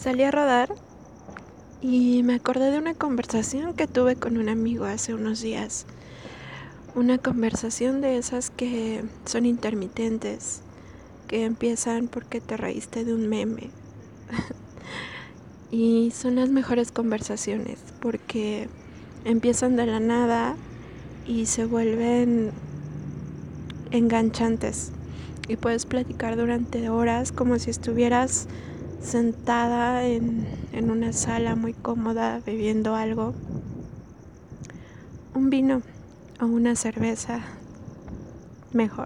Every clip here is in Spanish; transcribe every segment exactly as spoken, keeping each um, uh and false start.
Salí a rodar y me acordé de una conversación que tuve con un amigo hace unos días. Una conversación de esas que son intermitentes, que empiezan porque te reíste de un meme. Y son las mejores conversaciones porque empiezan de la nada y se vuelven enganchantes. Y puedes platicar durante horas como si estuvieras sentada en, en una sala muy cómoda bebiendo algo, un vino o una cerveza, mejor.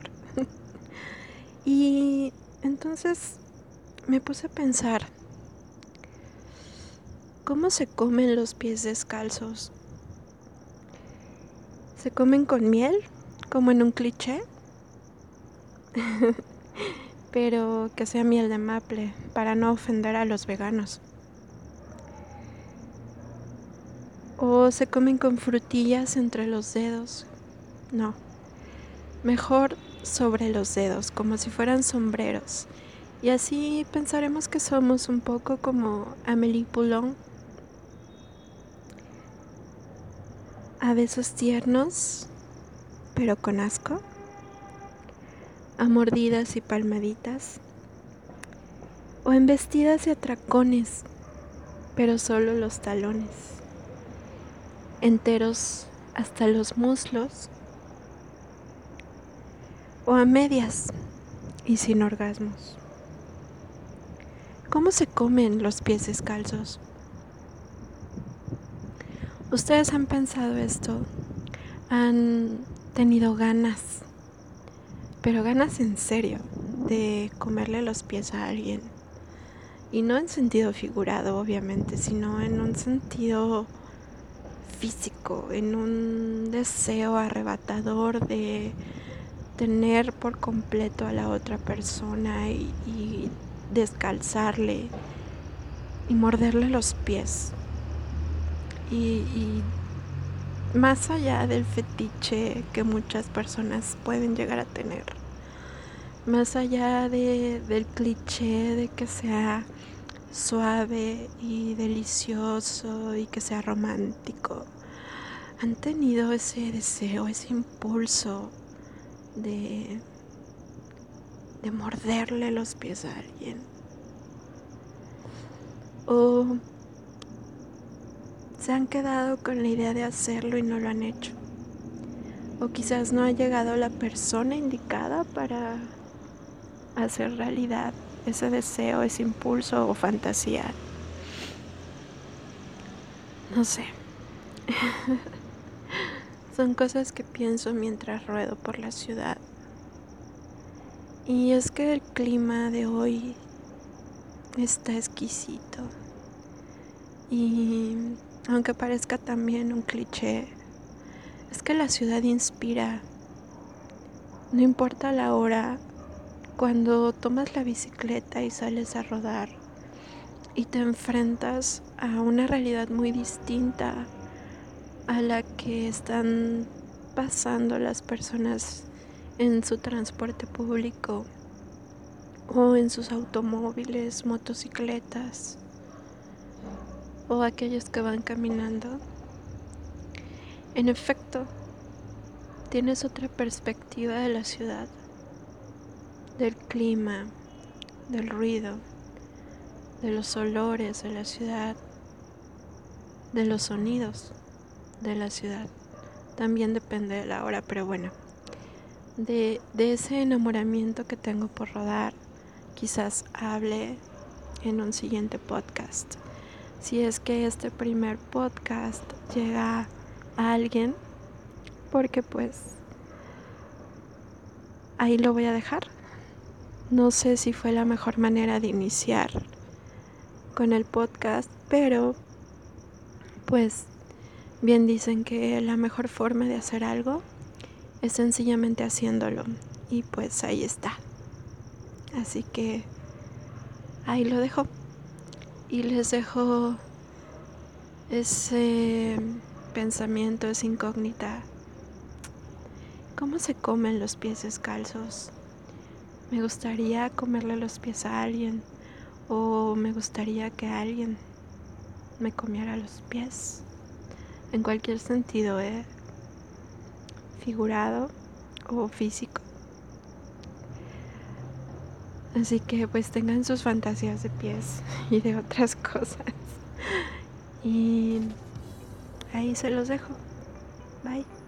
Y entonces me puse a pensar, ¿cómo se comen los pies descalzos? ¿Se comen con miel, como en un cliché? Pero que sea miel de maple, para no ofender a los veganos. ¿O se comen con frutillas entre los dedos? No, mejor sobre los dedos, como si fueran sombreros. Y así pensaremos que somos un poco como Amélie Poulain, a besos tiernos, pero con asco, a mordidas y palmaditas, o embestidas y atracones, pero solo los talones, enteros hasta los muslos, o a medias y sin orgasmos. ¿Cómo se comen los pies descalzos? ¿Ustedes han pensado esto? ¿Han tenido ganas, pero ganas en serio, de comerle los pies a alguien? Y no en sentido figurado, obviamente, sino en un sentido físico, en un deseo arrebatador de tener por completo a la otra persona y, y descalzarle y morderle los pies. Y, y más allá del fetiche que muchas personas pueden llegar a tener, más allá de, del cliché de que sea suave y delicioso y que sea romántico, han tenido ese deseo, ese impulso de, de morderle los pies a alguien. O se han quedado con la idea de hacerlo y no lo han hecho. O quizás no ha llegado la persona indicada para hacer realidad ese deseo, ese impulso o fantasía. No sé. Son cosas que pienso mientras ruedo por la ciudad. Y es que el clima de hoy está exquisito. Y aunque parezca también un cliché, es que la ciudad inspira. No importa la hora, cuando tomas la bicicleta y sales a rodar y te enfrentas a una realidad muy distinta a la que están pasando las personas en su transporte público o en sus automóviles, motocicletas o aquellos que van caminando. En efecto, tienes otra perspectiva de la ciudad, del clima, del ruido, de los olores de la ciudad, de los sonidos de la ciudad. También depende de la hora, pero bueno, de, de ese enamoramiento que tengo por rodar, quizás hable en un siguiente podcast. Si es que este primer podcast llega a alguien, porque pues ahí lo voy a dejar. No sé si fue la mejor manera de iniciar con el podcast, pero pues bien dicen que la mejor forma de hacer algo es sencillamente haciéndolo. Y pues ahí está. Así que ahí lo dejo. Y les dejo ese pensamiento, esa incógnita. ¿Cómo se comen los pies descalzos? Me gustaría comerle los pies a alguien. o me gustaría que alguien me comiera los pies, en cualquier sentido, ¿eh? Figurado o físico. Así que pues tengan sus fantasías de pies y de otras cosas. Y ahí se los dejo. Bye.